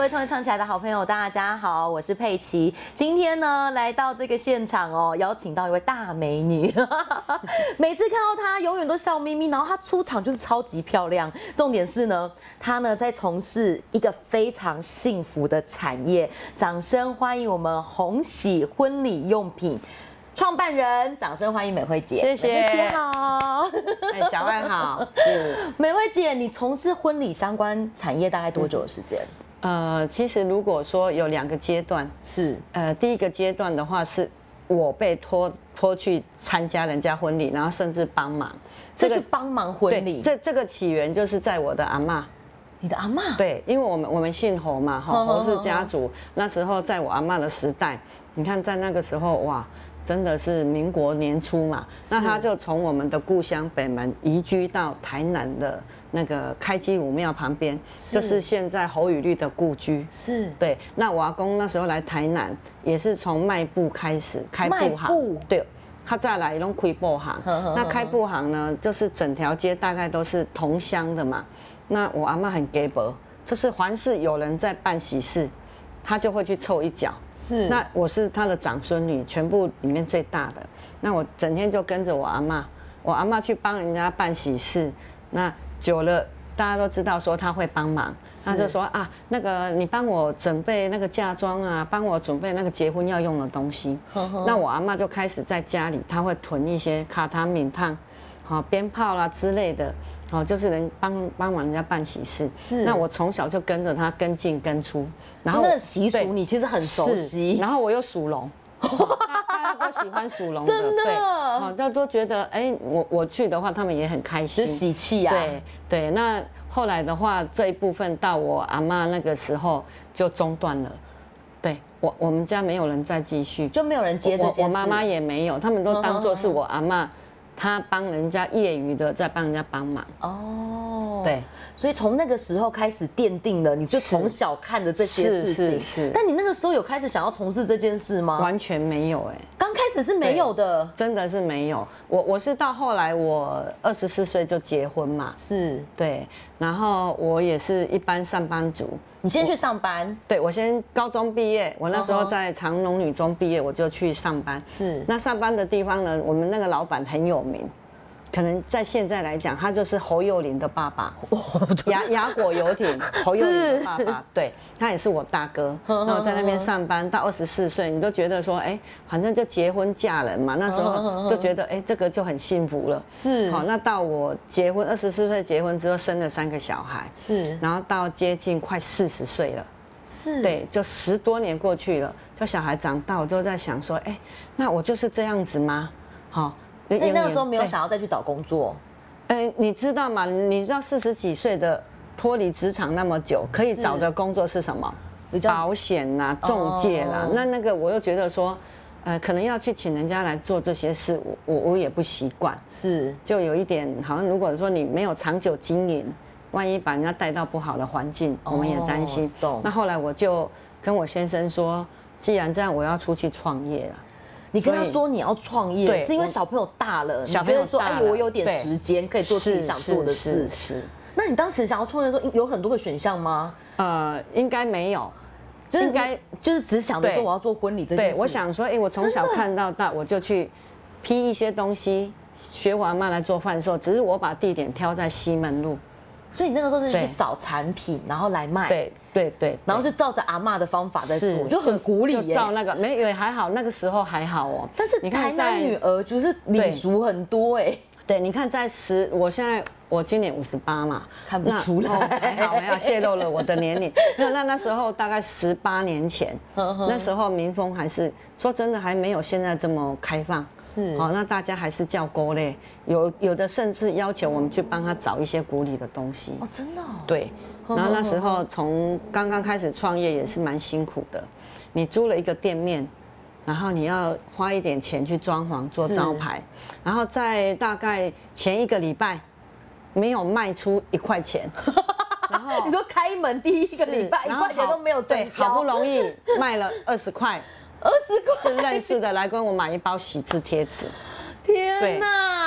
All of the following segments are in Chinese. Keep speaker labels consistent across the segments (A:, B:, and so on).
A: 创业创起来的好朋友，大家好，我是佩琪。今天呢，来到这个现场哦，邀请到一位大美女。每次看到她，永远都笑眯眯，然后她出场就是超级漂亮。重点是呢，她呢在从事一个非常幸福的产业。掌声欢迎我们鸿喜婚礼用品创办人，掌声欢迎美惠姐。
B: 谢谢，
A: 美惠姐好。
B: 哎，小爱好。是
A: 美惠姐，你从事婚礼相关产业大概多久的时间？
B: 其实如果说有2个阶段，
A: 是
B: 第一个阶段的话，是我被拖去参加人家婚礼，然后甚至帮忙，
A: 这是帮忙婚礼。
B: 这个起源就是在我的阿嬷。
A: 你的阿嬷？
B: 对，因为我们姓侯嘛，侯氏家族。那时候在我阿嬷的时代，你看在那个时候哇，真的是民国年初嘛，那他就从我们的故乡北门移居到台南的那个开基武庙旁边，就是现在侯宇律的故居。
A: 是，
B: 对。那我阿公那时候来台南，也是从卖布开始开布行。对。他再来弄开布行，那开布行呢，就是整条街大概都是同乡的嘛。那我阿嬷很给薄，就是凡是有人在办喜事，他就会去凑一脚。是，那我是他的长孙女，全部里面最大的。那我整天就跟着我阿嬷去帮人家办喜事。那久了，大家都知道说他会帮忙，他就说啊，那个你帮我准备那个嫁妆啊，帮我准备那个结婚要用的东西。那我阿嬷就开始在家里，她会囤一些卡糖、米烫、鞭炮啦之类的。就是能帮忙人家办喜事。是，那我从小就跟着他跟进跟出，然后
A: 那个习俗你其实很熟悉。
B: 然后我又属龙，大家都喜欢属龙的，
A: 真的，
B: 对，都觉得哎，我去的话，他们也很开心，
A: 是喜气啊。
B: 对。那后来的话，这一部分到我阿嬷那个时候就中断了。对，我们家没有人再继续，
A: 就没有人接这件事。
B: 我妈妈也没有，他们都当作是我阿嬷。他帮人家业余的，在帮人家帮忙哦，对，
A: 所以从那个时候开始奠定了，你就从小看着这些事情。是。但你那个时候有开始想要从事这件事吗？
B: 完全没有
A: 刚开始是没有的，
B: 真的是没有。我是到后来我24岁就结婚嘛，
A: 是，
B: 对，然后我也是一般上班族。
A: 你先去上班？
B: 对，我先高中毕业，我那时候在长农女中毕业，我就去上班。是，那上班的地方呢，我们那个老板很有名，可能在现在来讲，他就是侯幼霖的爸爸，雅果游艇侯幼霖的爸爸，对，他也是我大哥。那我在那边上班到24岁，你都觉得说，哎，反正就结婚嫁人嘛，那时候就觉得，哎，这个就很幸福了。是，好，那到我结婚24岁结婚之后，生了3个小孩，是，然后到接近快40岁了。是，对，就10多年过去了，就小孩长大，我就在想说，哎，那我就是这样子吗？好。
A: 那你那个时候没有想要再去找工作？
B: 你知道吗？你知道40几岁的脱离职场那么久，可以找的工作是什么？保险啦、中介啦。那个我又觉得说，可能要去请人家来做这些事，我也不习惯。是，就有一点好像，如果说你没有长久经营，万一把人家带到不好的环境，我们也担心。那后来我就跟我先生说，既然这样，我要出去创业了。
A: 你跟他说你要创业，是因为小朋友大了，你觉得说，哎，我有点时间可以做自己想做的事。是。那你当时想要创业的时候，有很多个选项吗？
B: 应该没有，
A: 应该就是只想着说我要做婚礼这件事。
B: 对，我想说，哎，我从小看到大，我就去批一些东西，学我阿嬷来做贩售，只是我把地点挑在西门路。
A: 所以你那个时候是去找产品，然后来卖。
B: 对，
A: 然后就照着阿嬷的方法在做，就很鼓励耶。
B: 照那个没有还好，那个时候还好哦。
A: 但是台南女儿就是礼俗很多哎。
B: 对，你看我今年58嘛，
A: 看不出来。
B: 还好泄露了我的年龄。那时候大概18年前，那时候民风还是说真的还没有现在这么开放。是。好，那大家还是叫勾类，有的甚至要求我们去帮他找一些鼓励的东西。
A: 哦，真的。
B: 对。然后那时候从刚刚开始创业也是蛮辛苦的，你租了一个店面，然后你要花一点钱去装潢做招牌，然后在大概前1个礼拜没有卖出1块钱，
A: 然后你说开门第1个礼拜1块钱都没有挣，
B: 对，好不容易卖了20块，
A: 20块
B: 是认识的来跟我买一包喜字贴纸。
A: 天哪！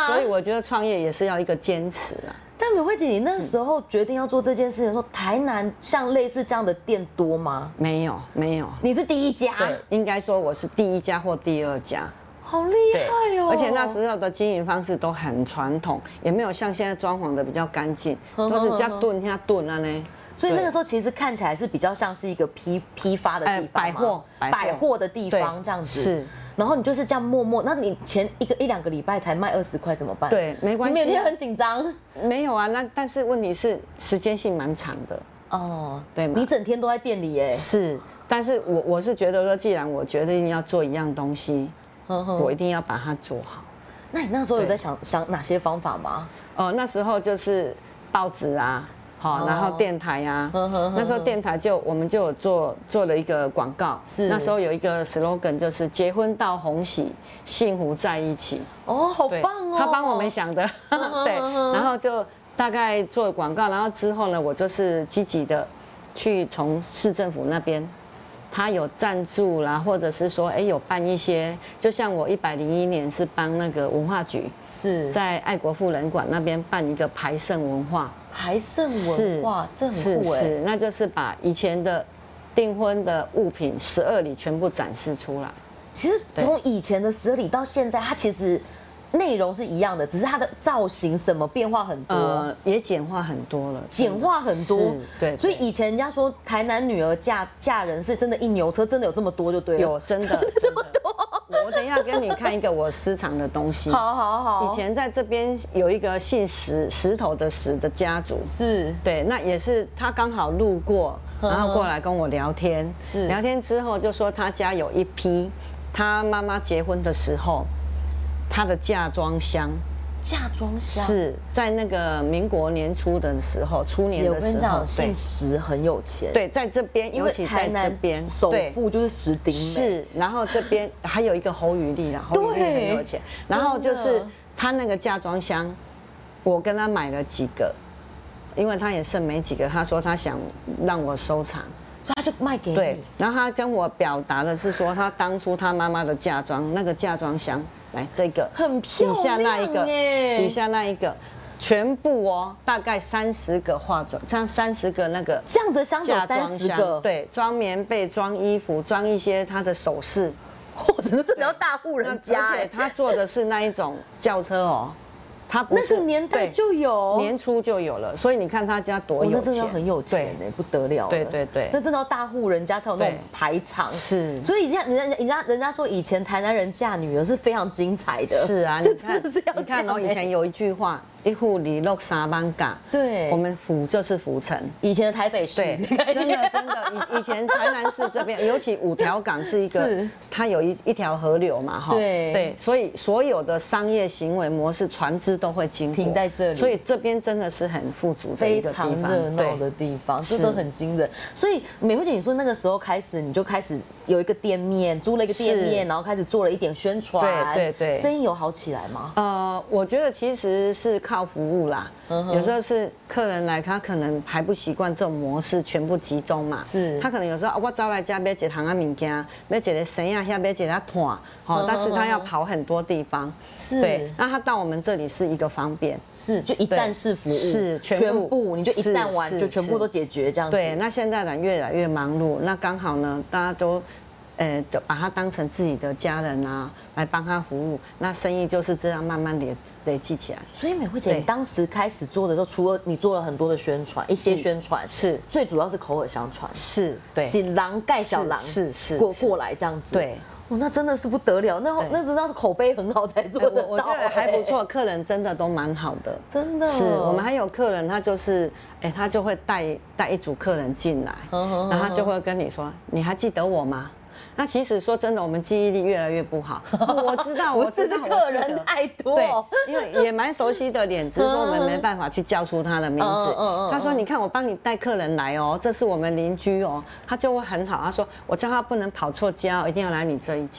A: 啊。
B: 所以我觉得创业也是要一个坚持啊。
A: 但美惠姐，你那时候决定要做这件事情的时候，台南像类似这样的店多吗？
B: 没有，没有。
A: 你是第一家？
B: 对，应该说我是第一家或第二家。
A: 好厉害哦！
B: 而且那时候的经营方式都很传统，也没有像现在装潢的比较干净，都是加炖加炖啊呢。
A: 所以那个时候其实看起来是比较像是一个批发的地方，百货的地方这样子。是。然后你就是这样默默，那你前一两个礼拜才卖20块怎么办？
B: 对，没关系。
A: 你每天很紧张？
B: 没有啊，但是问题是时间性蛮长的。哦，对吗？
A: 你整天都在店里耶。
B: 是，但是我是觉得说，既然我决定要做一样东西，我一定要把它做好。
A: 那你那时候有在想哪些方法吗？
B: 那时候就是报纸啊。好，然后电台啊，那时候电台我们就有做了一个广告，是那时候有一个 slogan 就是结婚到红喜，幸福在一起。
A: 哦，好棒哦！
B: 他帮我们想的，对，然后就大概做广告，然后之后呢，我就是积极的去从市政府那边，他有赞助啦，或者是说有办一些，就像我101年是帮那个文化局，是在爱国妇人馆那边办一个排盛文化。
A: 排盛文化，这很酷
B: 是，那就是把以前的订婚的物品12礼全部展示出来。
A: 其实从以前的12礼到现在，它其实内容是一样的，只是它的造型什么变化很多，
B: 也简化很多了，
A: 简化很多。
B: 对，
A: 所以以前人家说台南女儿嫁人是真的一牛车，真的有这么多就对了，
B: 有真的这么多。我等一下跟你看一个我私藏的东西。
A: 好。
B: 以前在这边有一个姓石头的石的家族，是对，那也是他刚好路过，然后过来跟我聊天。聊天之后就说他家有一批他妈妈结婚的时候，他的嫁妆箱。
A: 嫁妆箱
B: 是在那个民国年初的时候，初年的时候，
A: 姓石很有钱。
B: 对，在这边，尤其在这边，
A: 首富就是石丁。
B: 是，然后这边还有一个侯宇丽啦，侯宇丽很有钱。然后就是他那个嫁妆箱，我跟他买了几个，因为他也剩没几个，他说他想让我收藏。
A: 所以他就卖给你。
B: 对，然后他跟我表达的是说，他当初他妈妈的嫁妆，那个嫁妆箱。来，这个
A: 很漂亮，
B: 底下那一个，全部大概30个化妆，这样30个那个
A: 这样子箱子30个，
B: 对，装棉被、装衣服、装一些他的首饰，
A: 或者是真的要大户人家，
B: 而且他做的是那一种轿车哦。他不是
A: 那个年代就有，
B: 年初就有了，所以你看他家多有钱，
A: 那真的很有钱哎，不得了。
B: 对，
A: 那真的要大户人家才有那种排场。
B: 是，
A: 所以人家说以前台南人嫁女儿是非常精彩的。
B: 是啊，你看哦，以前有一句话，一户里落3万甲。对，我们府就是府城，
A: 以前的台北市。
B: 对，真的，以前台南市这边，尤其5条港是一个，它有一条河流嘛，哈。对，所以所有的商业行为模式、船只都会经过，
A: 停在这里，
B: 所以这边真的是很富足的一个地方，
A: 非常热闹的地方，这都很惊人。所以美惠姐，你说那个时候开始，你就开始有一个店面，租了一个店面，然后开始做了一点宣传，对，生意有好起来吗？
B: 我觉得其实是靠服务啦，有时候是客人来，他可能还不习惯这种模式，全部集中嘛，是，他可能有时候我早来家买一行物件，买一个生啊，遐买一个摊，好，但是他要跑很多地方，是，对，那他到我们这里是一个方便，
A: 是，就一站式服务，
B: 是
A: 全部，你就一站完就全部都解决这样子。
B: 对，那现在人越来越忙碌，那刚好呢，大家都。把他当成自己的家人啊，来帮他服务，那生意就是这样慢慢累积起来。
A: 所以美惠姐，你当时开始做的时候，除了你做了很多的宣传，一些宣传是最主要是口耳相传，
B: 是对，
A: 是狼盖小狼
B: 是
A: 过来这样子，
B: 对。
A: 那真的是不得了，那真的是口碑很好才做得到。
B: 我觉得还不错，客人真的都蛮好的，
A: 真的。
B: 是我们还有客人，他就是他就会带一组客人进来，然后他就会跟你说：“你还记得我吗？”那其实说真的，我们记忆力越来越不好。我知道，
A: 我知道，客人太多，
B: 对，因为也蛮熟悉的脸，只是说我们没办法去叫出他的名字。他说：“你看，我帮你带客人来哦，这是我们邻居哦。”他就会很好，他说：“我叫他不能跑错家，一定要来你这一家。”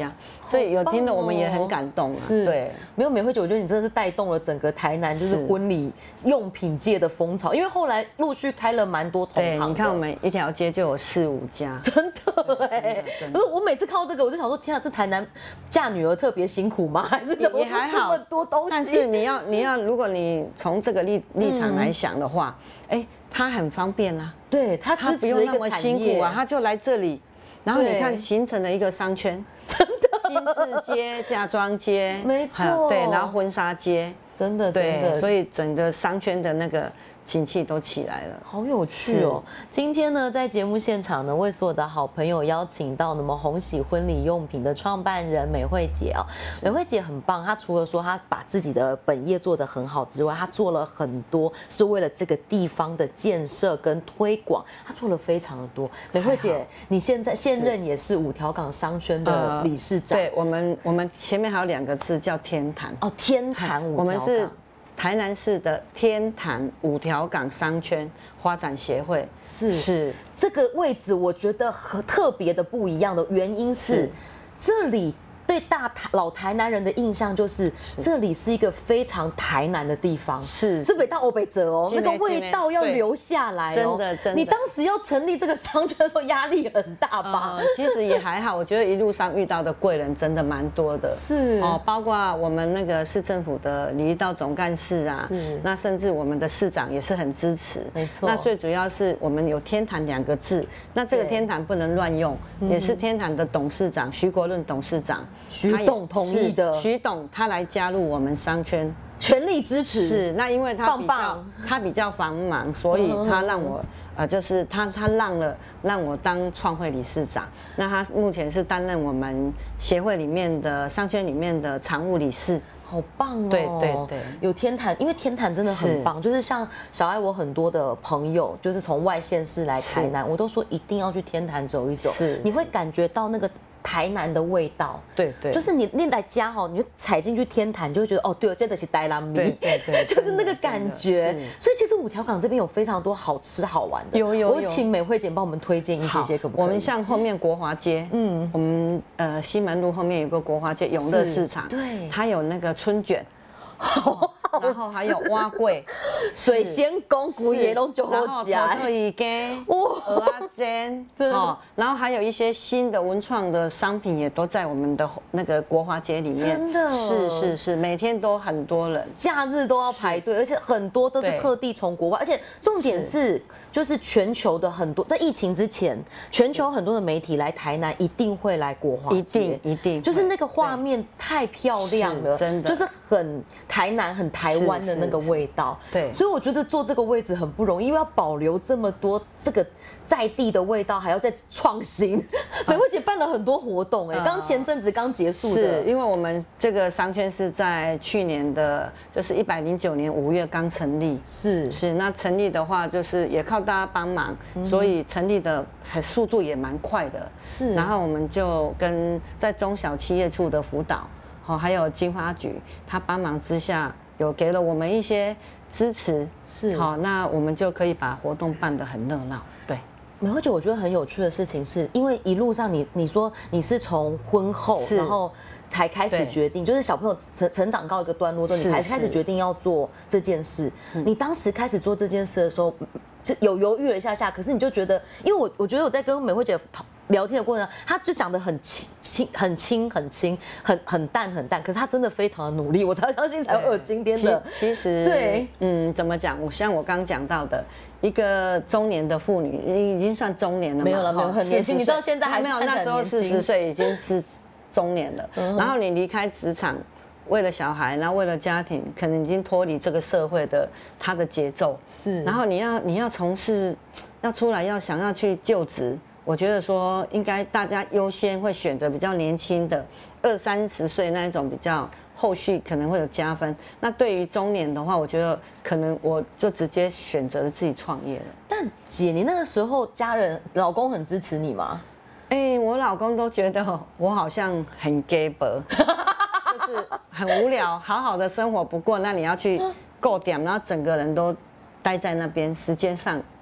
B: 所以有听了我们也很感动啊。
A: 是，
B: 对，
A: 没有美惠姐，我觉得你真的是带动了整个台南就是婚礼用品界的风潮，因为后来陆续开了蛮多同行的。
B: 你看我们一条街就有4、5家，
A: 真的哎。可是我每次看到这个，我就想说，天啊，这台南嫁女儿特别辛苦吗？还是怎么？
B: 也还好，
A: 这么多东西。
B: 但是你要，如果你从这个立场来想的话，它很方便啦。
A: 对，它
B: 不用那么辛苦啊，他就来这里，然后你看形成了一个商圈，
A: 真的，
B: 金饰街、嫁妆街，
A: 没错，
B: 对，然后婚纱街，
A: 真的，
B: 对，所以整个商圈的那个景气都起来了，
A: 好有趣哦！今天呢，在节目现场呢，为所有的好朋友邀请到红喜婚礼用品的创办人美惠姐哦。美惠姐很棒，她除了说她把自己的本业做得很好之外，她做了很多是为了这个地方的建设跟推广，她做了非常的多。美惠姐，你现任也是5条港商圈的理事长，
B: 对我们前面还有2个字叫天坛
A: 哦，天坛5条港，
B: 我们是台南市的天坛5条港商圈发展协会，
A: 是这个位置，我觉得很特别的不一样的原因是这里。对老台南人的印象就是这里是一个非常台南的地方，是北到欧北泽哦，那个味道要留下来哦，真的。你当时要成立这个商圈的时候压力很大吧？
B: 其实也还好，我觉得一路上遇到的贵人真的蛮多的，
A: 是
B: 哦，包括我们那个市政府的礼仪道总干事啊，那甚至我们的市长也是很支持，
A: 没错。
B: 那最主要是我们有天坛2个字，那这个天坛不能乱用，也是天坛的董事长徐国润董事长。
A: 徐董同意的，
B: 徐董他来加入我们商圈，
A: 全力支持。
B: 是，那因为他比较繁忙，所以他让我就是他让我当创会理事长。那他目前是担任我们协会里面的商圈里面的常务理事。
A: 好棒哦！
B: 对，
A: 有天坛，因为天坛真的很棒，就是像小爱我很多的朋友，就是从外县市来台南，我都说一定要去天坛走一走，你会感觉到那个台南的味道，
B: 对，
A: 就是你来家哈，你就踩进去天坛，就会觉得哦，对，真的是台南米，
B: 对，
A: 就是那个感觉。所以其实5条港这边有非常多好吃好玩的，
B: 有。
A: 我请美惠姐帮我们推荐一些，可不可以？
B: 我们像后面国华街，我们西门路后面有个国华街永乐市场，
A: 对，
B: 它有那个春卷。然后还有蛙粿、
A: 水仙宫、古野龙就好
B: 夹，然后鱼羹、蚵仔煎，然后还有一些新的文创的商品也都在我们的那个国华街里面。
A: 真的，
B: 是，每天都很多人，
A: 假日都要排队，而且很多都是特地从国外，而且重点是就是全球的很多，在疫情之前，全球很多的媒体来台南一定会来国华街，
B: 一定，
A: 就是那个画面太漂亮了，
B: 真的，
A: 就是很台南、很台湾的那个味道。
B: 对，
A: 所以我觉得做这个位置很不容易，因为要保留这么多这个在地的味道，还要再创新。美惠姐办了很多活动，前阵子刚结束的，
B: 是因为我们这个商圈是在去年的，就是109年5月刚成立，是那成立的话，就是也靠大家帮忙，所以成立的速度也蛮快的。是，然后我们就跟在中小企业处的辅导，还有经发局，他帮忙之下，有给了我们一些支持，好，那我们就可以把活动办得很热闹。对，
A: 美惠姐，我觉得很有趣的事情是，因为一路上你说你是从婚后，然后才开始决定，就是小朋友成长到一个段落之后，你才开始决定要做这件事。你当时开始做这件事的时候，就有犹豫了一下，可是你就觉得，因为我觉得我在跟美惠姐聊天的过程，她就讲得很轻、很淡，可是她真的非常的努力，我才相信才会有今天的。
B: 其实对，怎么讲？像我刚讲到的，一个中年的妇女，已经算中年了嘛？
A: 没有了，没有很年轻，你到现在还
B: 没有，那时候40岁已经是中年了。然后你离开职场，为了小孩，然后为了家庭，可能已经脱离这个社会的它的节奏。然后你要从事，要出来要想要去就职。我觉得说，应该大家优先会选择比较年轻的，20、30岁那一种比较后续可能会有加分。那对于中年的话，我觉得可能我就直接选择了自己创业了。
A: 但姐，你那个时候家人、老公很支持你吗？
B: 我老公都觉得我好像很 gay 白，就是很无聊，好好的生活不过，那你要去够点，然后整个人都待在那边，时间上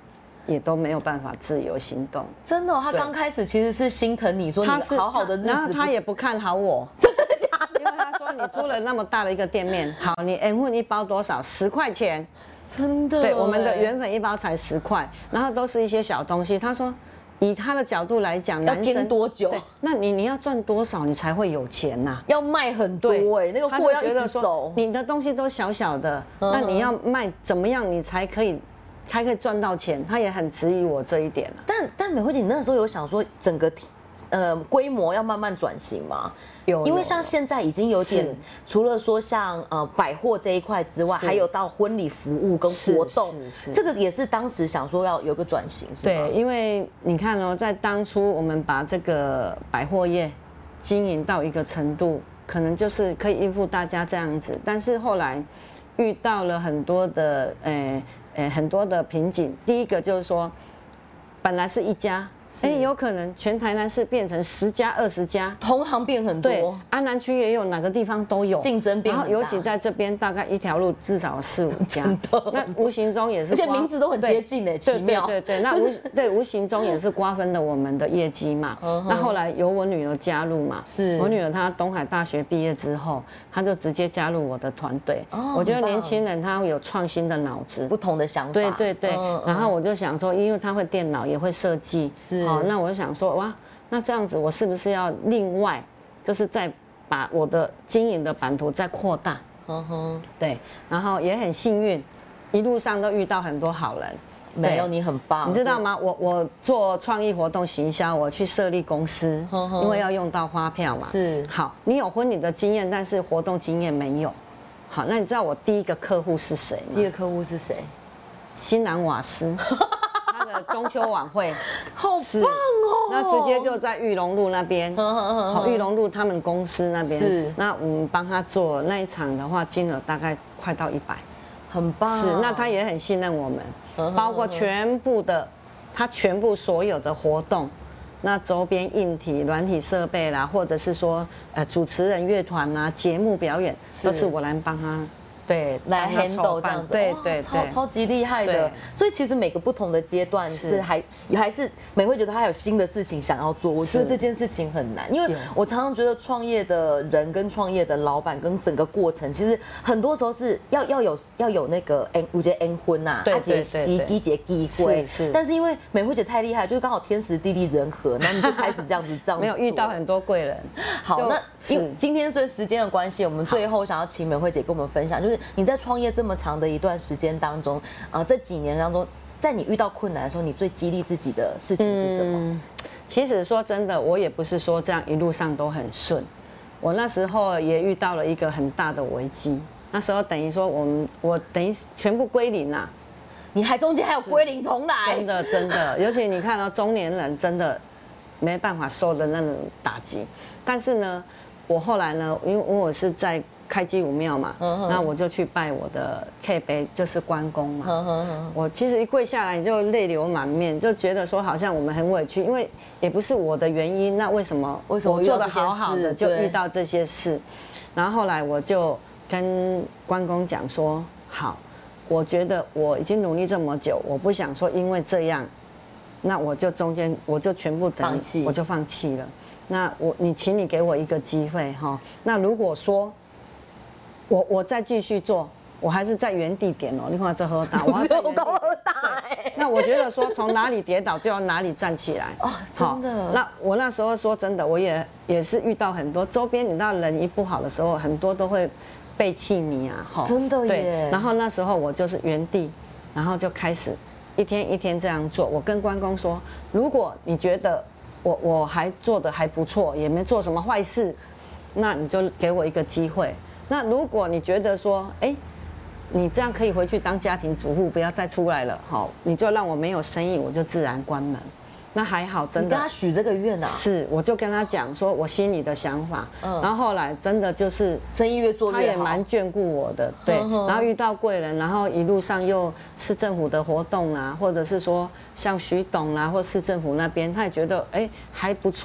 B: 也都没有办法自由行动。
A: 真的、哦，他刚开始其实是心疼你说你好好的日子，
B: 然后他也不看好我，
A: 真的假的？
B: 因为他说你租了那么大的一个店面，好，你缘粉一包多少？10块钱。
A: 真的，
B: 对，我们的缘粉一包才10块，然后都是一些小东西。他说，以他的角度来讲，
A: 要跟多久？
B: 那你要赚多少，你才会有钱呐？
A: 要卖很多那个货要一直走。
B: 你的东西都小小的，那你要卖怎么样，你才可以赚到钱？他也很质疑我这一点。
A: 但美惠姐，你那时候有想说整个规模要慢慢转型吗？
B: 有，
A: 因为像现在已经有点，除了说像百货这一块之外，还有到婚礼服务跟活动，这个也是当时想说要有个转型，是吗？
B: 对，因为你看哦，在当初我们把这个百货业经营到一个程度，可能就是可以应付大家这样子，但是后来遇到了很多的很多的瓶颈。第一个就是说，本来是一家。有可能全台南市变成10家、20家，
A: 同行变很多。
B: 对，安南区也有，哪个地方都有，
A: 竞争变很大。
B: 然后尤其在这边，大概一条路至少4、5家，那无形中也是，
A: 而且名字都很接近奇妙。
B: 对，那无形中也是瓜分了我们的业绩嘛。那后来由我女儿加入嘛，是我女儿她东海大学毕业之后，她就直接加入我的团队。我觉得年轻人他有创新的脑子，
A: 不同的想法。
B: 对，然后我就想说，因为她会电脑，也会设计，是。那我就想说，哇，那这样子我是不是要另外，就是再把我的经营的版图再扩大？对，然后也很幸运，一路上都遇到很多好人。
A: 没有，你很棒，
B: 你知道吗？我做创意活动行销，我去设立公司，因为要用到发票嘛。是。好，你有婚礼的经验，但是活动经验没有。好，那你知道我第一个客户是谁吗？
A: 第一个客户是谁？
B: 新南瓦斯。中秋晚会，
A: 好棒哦！
B: 那直接就在裕隆路那边，裕隆路他们公司那边，是。那我们帮他做那一场的话，金额大概快到100，
A: 很棒。
B: 是，那他也很信任我们，包括他全部所有的活动，那周边硬体、软体设备啦，或者是说主持人、乐团啦、节目表演，都是我来帮他。对，
A: 来 handle 这样子，
B: 对，
A: 超级厉害的。所以其实每个不同的阶段是还是美惠觉得他有新的事情想要做。我觉得这件事情很难，因为我常常觉得创业的人跟创业的老板跟整个过程，其实很多时候是要有那个我觉得婚呐，
B: 对，
A: 节规。但是因为美惠姐太厉害，就是刚好天时地利人和，然后你就开始这样子。
B: 没有遇到很多贵人。
A: 好，那今天是时间的关系，我们最后想要请美惠姐跟我们分享，就是你在创业这么长的一段时间当中，这几年当中，在你遇到困难的时候，你最激励自己的事情是什么？
B: 其实说真的，我也不是说这样一路上都很顺，我那时候也遇到了一个很大的危机，那时候等于说我等于全部归零啦。
A: 你还中间还有归零重来？
B: 真的，尤其你看到中年人真的没办法受的那种打击。但是呢，我后来呢，因为我是在开基武庙嘛，那我就去拜我的 K 杯，就是关公嘛。我其实一跪下来，你就泪流满面，就觉得说好像我们很委屈，因为也不是我的原因，那为什么我做得好好的就遇到这些事？然后后来我就跟关公讲说，好，我觉得我已经努力这么久，我不想说因为这样，那我就中间我就全部等我就放弃了。那请你给我一个机会哈。那如果说我再继续做，我还是在原地点哦。你看这喝大，我要在原地
A: 高喝大
B: 那我觉得说从哪里跌倒就要哪里站起来
A: 哦，真的。
B: 那我那时候说真的，我也是遇到很多周边，你知道人一不好的时候，很多都会背弃你啊，哈，
A: 真的耶。
B: 然后那时候我就是原地，然后就开始一天一天这样做。我跟关公说，如果你觉得我还做得还不错，也没做什么坏事，那你就给我一个机会。那如果你觉得说，你这样可以回去当家庭主妇，不要再出来了，好，你就让我没有生意，我就自然关门。那还好，真的。
A: 你跟他许这个愿啊？
B: 是，我就跟他讲说我心里的想法，然后后来真的就是
A: 生意越做越好，
B: 他也蛮眷顾我的，对。然后遇到贵人，然后一路上又市政府的活动啊，或者是说像徐董啊，或市政府那边，他也觉得还不错。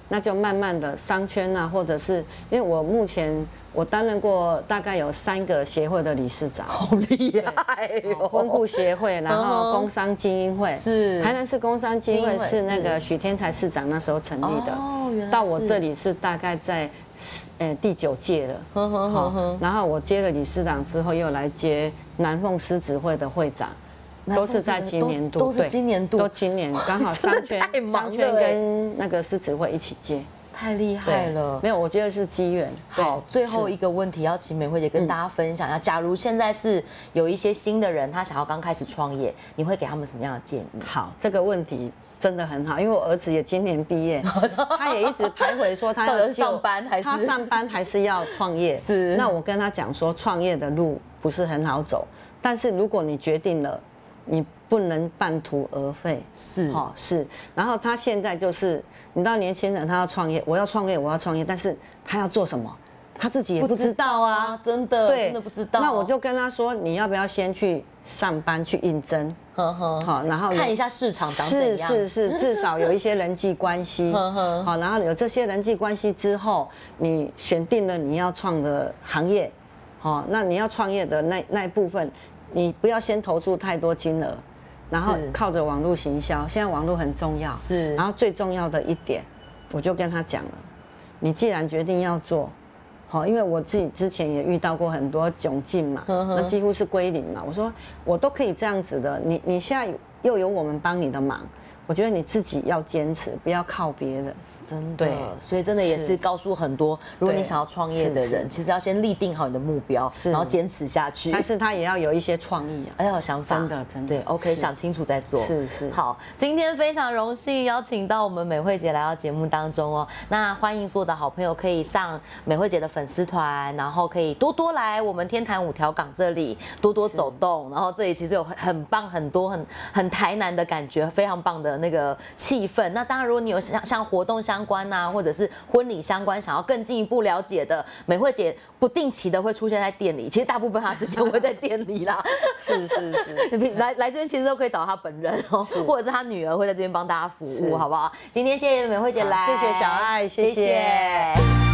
B: 那就慢慢的商圈啊，或者是因为我目前我担任过大概有3个协会的理事长，
A: 好厉害哦！
B: 婚顾协会，然后工商精英会，
A: 是
B: 台南市工商精英会是那个许天才市长那时候成立的，
A: 哦，原来
B: 到我这里是大概在第9届了，好，然后我接了理事长之后，又来接南凤狮子会的会长。都是在今年度，
A: 都是今年度，
B: 都今年刚好商圈跟那个狮子会一起接，
A: 太厉害了。
B: 没有，我觉得是机缘。
A: 好，最后一个问题要请美惠姐跟大家分享一下，假如现在是有一些新的人，他想要刚开始创业，你会给他们什么样的建议？
B: 好，这个问题真的很好，因为我儿子也今年毕业，他也一直徘徊说他要
A: 上班还是
B: 他上班还是要创业。
A: 是，
B: 那我跟他讲说，创业的路不是很好走，但是如果你决定了。你不能半途而废，
A: 是，
B: 是。然后他现在就是，你知道年轻人他要创业，我要创业，但是他要做什么，他自己也不知道啊，
A: 真的，真的不知道。
B: 那我就跟他说，你要不要先去上班去应征，好，然后
A: 看一下市场长怎样，
B: 是，至少有一些人际关系，好，然后有这些人际关系之后，你选定了你要创的行业，好，那你要创业的那一部分。你不要先投注太多金额，然后靠着网络行销。现在网络很重要，
A: 是。
B: 然后最重要的一点，我就跟他讲了，你既然决定要做，好，因为我自己之前也遇到过很多窘境嘛，那几乎是归零嘛。我说我都可以这样子的，你现在又有我们帮你的忙，我觉得你自己要坚持，不要靠别人。
A: 真的，所以真的也是告诉很多，如果你想要创业的人，其实要先立定好你的目标，然后坚持下去。
B: 但是他也要有一些创意啊，
A: 要有想法。
B: 真的，
A: 对 ，OK， 想清楚再做。
B: 是。
A: 好，今天非常荣幸邀请到我们美惠姐来到节目当中哦。那欢迎所有的好朋友可以上美惠姐的粉丝团，然后可以多多来我们天坛5条港这里多多走动，然后这里其实有很棒很多很台南的感觉，非常棒的那个气氛。那当然，如果你有像活动相关啊，或者是婚礼相关，想要更进一步了解的，美惠姐不定期的会出现在店里，其实大部分她时间会在店里啦。
B: 是，
A: 来这边其实都可以找她本人哦，或者是她女儿会在这边帮大家服务，好不好？今天谢谢美惠姐来，
B: 谢谢小爱，谢谢。